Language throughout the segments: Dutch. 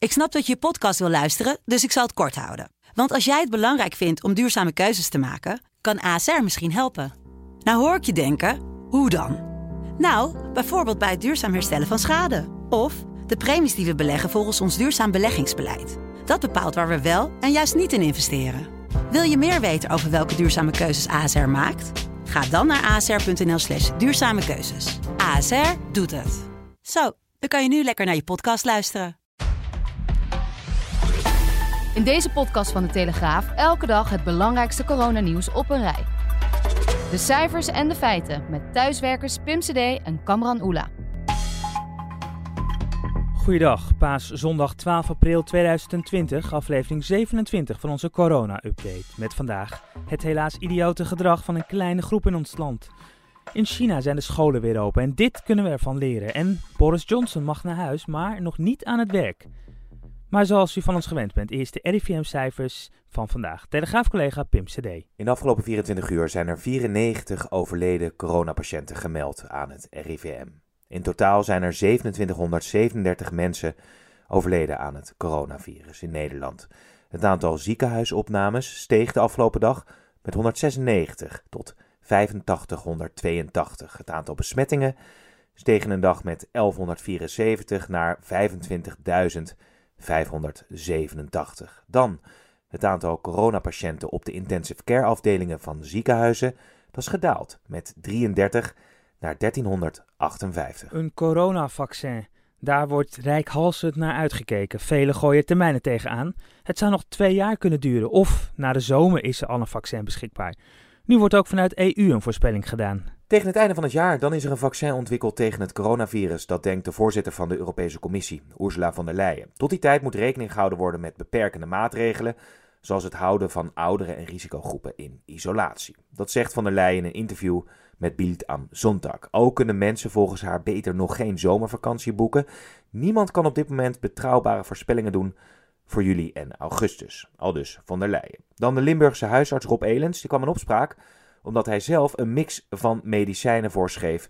Ik snap dat je podcast wil luisteren, dus ik zal het kort houden. Want als jij het belangrijk vindt om duurzame keuzes te maken, kan ASR misschien helpen. Nou hoor ik je denken, hoe dan? Nou, bijvoorbeeld bij het duurzaam herstellen van schade. Of de premies die we beleggen volgens ons duurzaam beleggingsbeleid. Dat bepaalt waar we wel en juist niet in investeren. Wil je meer weten over welke duurzame keuzes ASR maakt? Ga dan naar asr.nl/duurzame keuzes. ASR doet het. Zo, dan kan je nu lekker naar je podcast luisteren. In deze podcast van De Telegraaf elke dag het belangrijkste coronanieuws op een rij. De cijfers en de feiten met thuiswerkers Pim CD en Kamran Oela. Goeiedag, paaszondag 12 april 2020, aflevering 27 van onze corona-update. Met vandaag het helaas idiote gedrag van een kleine groep in ons land. In China zijn de scholen weer open en dit kunnen we ervan leren. En Boris Johnson mag naar huis, maar nog niet aan het werk. Maar zoals u van ons gewend bent, eerst de RIVM-cijfers van vandaag. Telegraaf-collega Pim CD. In de afgelopen 24 uur zijn er 94 overleden coronapatiënten gemeld aan het RIVM. In totaal zijn er 2737 mensen overleden aan het coronavirus in Nederland. Het aantal ziekenhuisopnames steeg de afgelopen dag met 196 tot 8582. Het aantal besmettingen steeg in een dag met 1174 naar 25.587. Dan het aantal coronapatiënten op de intensive care afdelingen van ziekenhuizen. Dat is gedaald met 33 naar 1358. Een coronavaccin. Daar wordt reikhalzend naar uitgekeken. Velen gooien termijnen tegenaan. Het zou nog 2 jaar kunnen duren of na de zomer is er al een vaccin beschikbaar. Nu wordt ook vanuit EU een voorspelling gedaan. Tegen het einde van het jaar dan is er een vaccin ontwikkeld tegen het coronavirus. Dat denkt de voorzitter van de Europese Commissie, Ursula von der Leyen. Tot die tijd moet rekening gehouden worden met beperkende maatregelen, zoals het houden van ouderen en risicogroepen in isolatie. Dat zegt von der Leyen in een interview met Bild am Sonntag. Ook kunnen mensen volgens haar beter nog geen zomervakantie boeken. Niemand kan op dit moment betrouwbare voorspellingen doen voor juli en augustus. Aldus von der Leyen. Dan de Limburgse huisarts Rob Elens. Die kwam in opspraak omdat hij zelf een mix van medicijnen voorschreef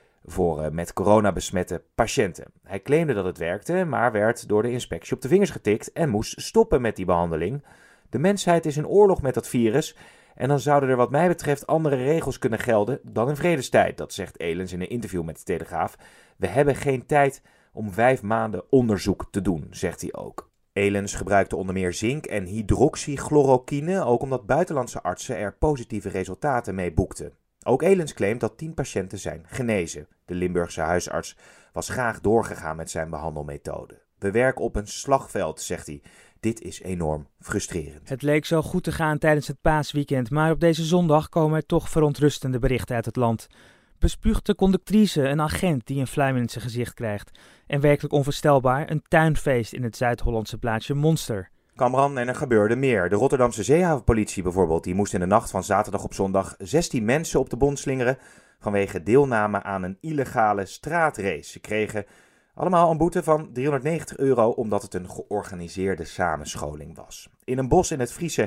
voor met corona besmette patiënten. Hij claimde dat het werkte, maar werd door de inspectie op de vingers getikt en moest stoppen met die behandeling. De mensheid is in oorlog met dat virus en dan zouden er wat mij betreft andere regels kunnen gelden dan in vredestijd. Dat zegt Elens in een interview met de Telegraaf. We hebben geen tijd om 5 maanden onderzoek te doen, zegt hij ook. Elens gebruikte onder meer zink en hydroxychloroquine, ook omdat buitenlandse artsen er positieve resultaten mee boekten. Ook Elens claimt dat 10 patiënten zijn genezen. De Limburgse huisarts was graag doorgegaan met zijn behandelmethode. We werken op een slagveld, zegt hij. Dit is enorm frustrerend. Het leek zo goed te gaan tijdens het paasweekend, maar op deze zondag komen er toch verontrustende berichten uit het land. Bespuugt de conductrice een agent die een fluim in zijn gezicht krijgt. En werkelijk onvoorstelbaar, een tuinfeest in het Zuid-Hollandse plaatsje Monster. Kamran, en er gebeurde meer. De Rotterdamse zeehavenpolitie bijvoorbeeld, die moest in de nacht van zaterdag op zondag 16 mensen op de bont slingeren vanwege deelname aan een illegale straatrace. Ze kregen allemaal een boete van €390 omdat het een georganiseerde samenscholing was. In een bos in het Friese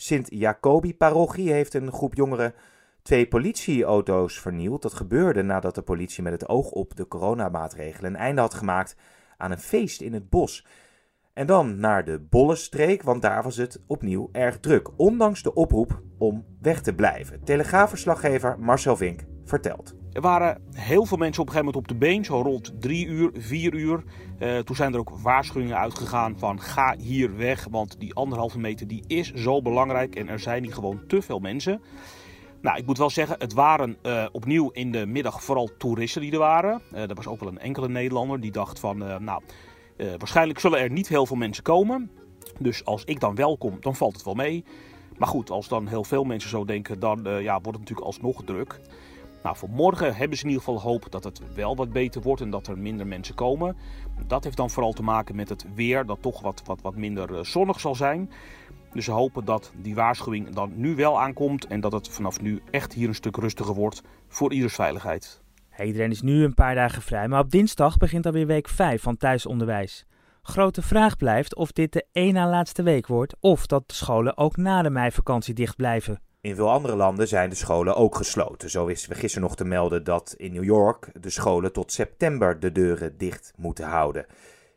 Sint-Jacobi-parochie heeft een groep jongeren 2 politieauto's vernield. Dat gebeurde nadat de politie met het oog op de coronamaatregelen een einde had gemaakt aan een feest in het bos. En dan naar de Bollenstreek, want daar was het opnieuw erg druk, ondanks de oproep om weg te blijven. Telegraafverslaggever Marcel Vink vertelt. Er waren heel veel mensen op een gegeven moment op de been, zo rond 3 uur, 4 uur. Toen zijn er ook waarschuwingen uitgegaan van ga hier weg, want die 1,5 meter die is zo belangrijk en er zijn hier gewoon te veel mensen. Nou, ik moet wel zeggen, het waren opnieuw in de middag vooral toeristen die er waren. Er was ook wel een enkele Nederlander die dacht van, waarschijnlijk zullen er niet heel veel mensen komen. Dus als ik dan wel kom, dan valt het wel mee. Maar goed, als dan heel veel mensen zo denken, dan wordt het natuurlijk alsnog druk. Nou, voor morgen hebben ze in ieder geval hoop dat het wel wat beter wordt en dat er minder mensen komen. Dat heeft dan vooral te maken met het weer, dat toch wat minder zonnig zal zijn. Dus ze hopen dat die waarschuwing dan nu wel aankomt en dat het vanaf nu echt hier een stuk rustiger wordt voor ieders veiligheid. Iedereen is nu een paar dagen vrij, maar op dinsdag begint alweer week 5 van thuisonderwijs. Grote vraag blijft of dit de één na laatste week wordt of dat de scholen ook na de meivakantie dicht blijven. In veel andere landen zijn de scholen ook gesloten. Zo is gisteren nog te melden dat in New York de scholen tot september de deuren dicht moeten houden.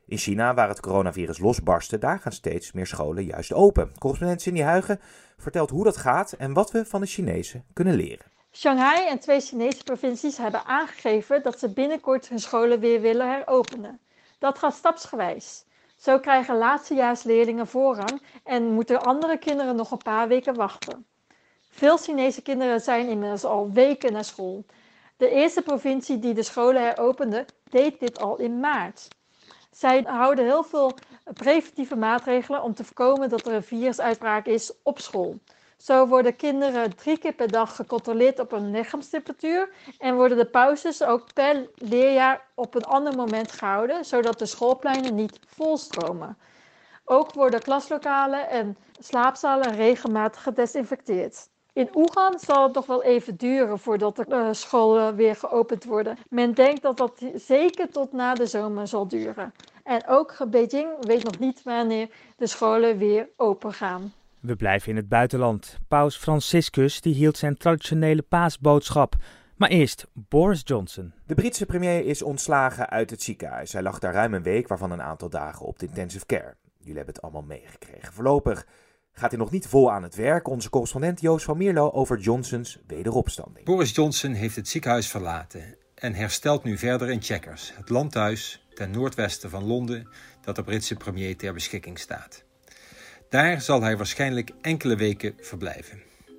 In China, waar het coronavirus losbarstte, daar gaan steeds meer scholen juist open. Correspondent Cindy Huigen vertelt hoe dat gaat en wat we van de Chinezen kunnen leren. Shanghai en 2 Chinese provincies hebben aangegeven dat ze binnenkort hun scholen weer willen heropenen. Dat gaat stapsgewijs. Zo krijgen laatstejaarsleerlingen voorrang en moeten andere kinderen nog een paar weken wachten. Veel Chinese kinderen zijn inmiddels al weken naar school. De eerste provincie die de scholen heropende, deed dit al in maart. Zij houden heel veel preventieve maatregelen om te voorkomen dat er een virusuitbraak is op school. Zo worden kinderen 3 keer per dag gecontroleerd op hun lichaamstemperatuur en worden de pauzes ook per leerjaar op een ander moment gehouden, zodat de schoolpleinen niet volstromen. Ook worden klaslokalen en slaapzalen regelmatig gedesinfecteerd. In Wuhan zal het nog wel even duren voordat de scholen weer geopend worden. Men denkt dat dat zeker tot na de zomer zal duren. En ook Beijing weet nog niet wanneer de scholen weer open gaan. We blijven in het buitenland. Paus Franciscus die hield zijn traditionele paasboodschap. Maar eerst Boris Johnson. De Britse premier is ontslagen uit het ziekenhuis. Hij lag daar ruim een week, waarvan een aantal dagen op de intensive care. Jullie hebben het allemaal meegekregen. Voorlopig gaat hij nog niet vol aan het werk. Onze correspondent Joost van Mierlo over Johnsons wederopstanding. Boris Johnson heeft het ziekenhuis verlaten en herstelt nu verder in Chequers, het landhuis ten noordwesten van Londen dat de Britse premier ter beschikking staat. Daar zal hij waarschijnlijk enkele weken verblijven.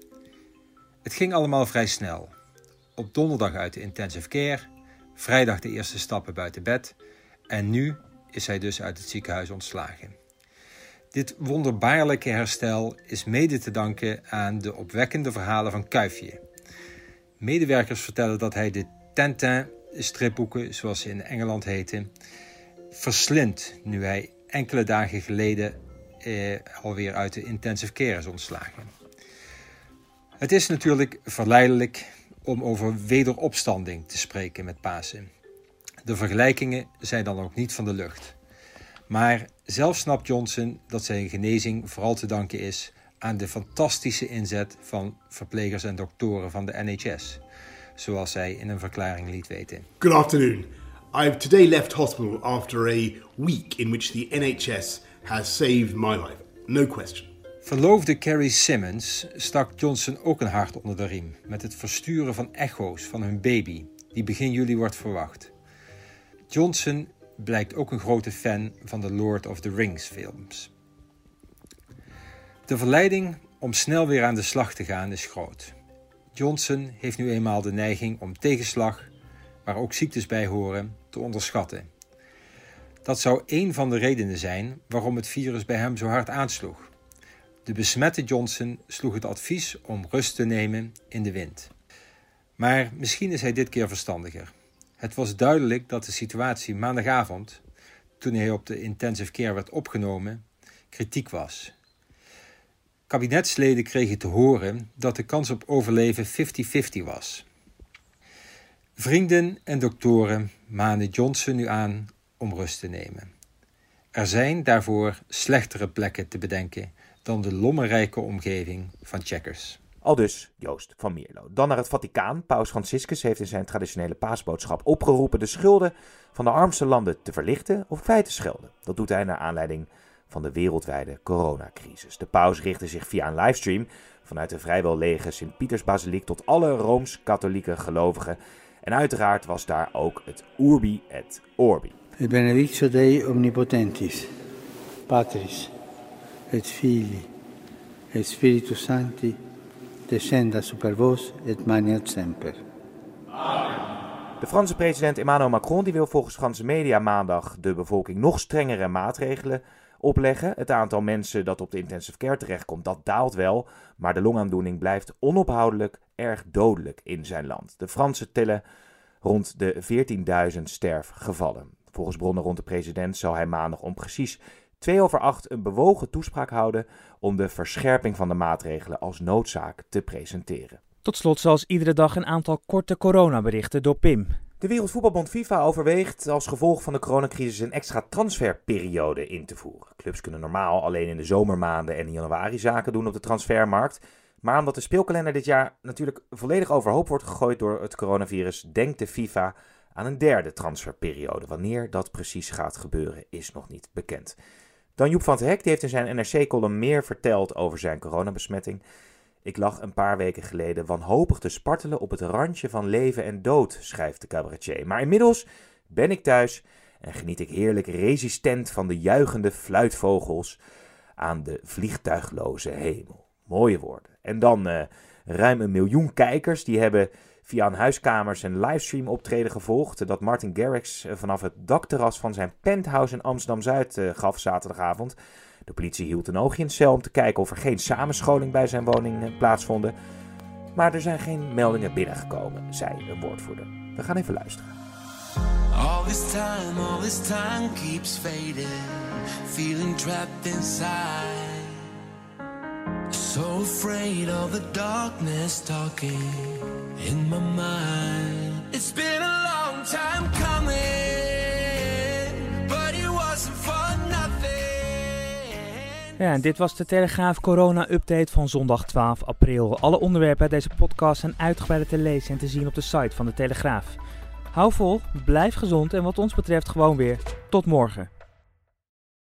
Het ging allemaal vrij snel. Op donderdag uit de intensive care, vrijdag de eerste stappen buiten bed en nu is hij dus uit het ziekenhuis ontslagen. Dit wonderbaarlijke herstel is mede te danken aan de opwekkende verhalen van Kuifje. Medewerkers vertellen dat hij de Tintin-stripboeken, zoals ze in Engeland heten, verslindt nu hij enkele dagen geleden alweer uit de intensive care is ontslagen. Het is natuurlijk verleidelijk om over wederopstanding te spreken met Pasen. De vergelijkingen zijn dan ook niet van de lucht. Maar zelf snapt Johnson dat zijn genezing vooral te danken is aan de fantastische inzet van verplegers en doktoren van de NHS, zoals hij in een verklaring liet weten. Good afternoon. I've today left hospital after a week in which the NHS has saved my life. No question. Verloofde Carrie Simmons stak Johnson ook een hart onder de riem met het versturen van echo's van hun baby, die begin juli wordt verwacht. Johnson blijkt ook een grote fan van de Lord of the Rings films. De verleiding om snel weer aan de slag te gaan is groot. Johnson heeft nu eenmaal de neiging om tegenslag, waar ook ziektes bij horen, te onderschatten. Dat zou één van de redenen zijn waarom het virus bij hem zo hard aansloeg. De besmette Johnson sloeg het advies om rust te nemen in de wind. Maar misschien is hij dit keer verstandiger. Het was duidelijk dat de situatie maandagavond, toen hij op de intensive care werd opgenomen, kritiek was. Kabinetsleden kregen te horen dat de kans op overleven 50-50 was. Vrienden en doktoren manen Johnson nu aan om rust te nemen. Er zijn daarvoor slechtere plekken te bedenken dan de lommerrijke omgeving van Chequers. Aldus Joost van Mierlo. Dan naar het Vaticaan. Paus Franciscus heeft in zijn traditionele paasboodschap opgeroepen de schulden van de armste landen te verlichten of kwijt te schelden. Dat doet hij naar aanleiding van de wereldwijde coronacrisis. De paus richtte zich via een livestream vanuit de vrijwel lege Sint-Pietersbasiliek tot alle Rooms-katholieke gelovigen. En uiteraard was daar ook het Urbi et Orbi. Et benedictio Dei omnipotentis, Patris, et Filii, et Spiritus Sancti, descenda super vos et maneat semper. De Franse president Emmanuel Macron die wil volgens Franse media maandag de bevolking nog strengere maatregelen opleggen. Het aantal mensen dat op de intensive care terechtkomt, dat daalt wel, maar de longaandoening blijft onophoudelijk erg dodelijk in zijn land. De Fransen tellen rond de 14.000 sterfgevallen. Volgens bronnen rond de president zal hij maandag om precies 7:02 een bewogen toespraak houden om de verscherping van de maatregelen als noodzaak te presenteren. Tot slot zoals iedere dag een aantal korte coronaberichten door Pim. De Wereldvoetbalbond FIFA overweegt als gevolg van de coronacrisis een extra transferperiode in te voeren. Clubs kunnen normaal alleen in de zomermaanden en in januari zaken doen op de transfermarkt. Maar omdat de speelkalender dit jaar natuurlijk volledig overhoop wordt gegooid door het coronavirus, denkt de FIFA aan een derde transferperiode. Wanneer dat precies gaat gebeuren is nog niet bekend. Dan Joep van 't Hek, die heeft in zijn NRC-column meer verteld over zijn coronabesmetting. Ik lag een paar weken geleden wanhopig te spartelen op het randje van leven en dood, schrijft de cabaretier. Maar inmiddels ben ik thuis en geniet ik heerlijk resistent van de juichende fluitvogels aan de vliegtuigloze hemel. Mooie woorden. En dan ruim 1 miljoen kijkers, die hebben via een huiskamers een livestream optreden gevolgd dat Martin Garrix vanaf het dakterras van zijn penthouse in Amsterdam-Zuid gaf zaterdagavond. De politie hield een oogje in het cel om te kijken of er geen samenscholing bij zijn woning plaatsvonden. Maar er zijn geen meldingen binnengekomen, zei een woordvoerder. We gaan even luisteren. All this time keeps fading, feeling trapped inside. So afraid of the darkness talking in my mind. It's been a long time coming, but it wasn't for nothing. Ja, en dit was de Telegraaf Corona-update van zondag 12 april. Alle onderwerpen uit deze podcast zijn uitgebreid te lezen en te zien op de site van de Telegraaf. Hou vol, blijf gezond en wat ons betreft gewoon weer tot morgen.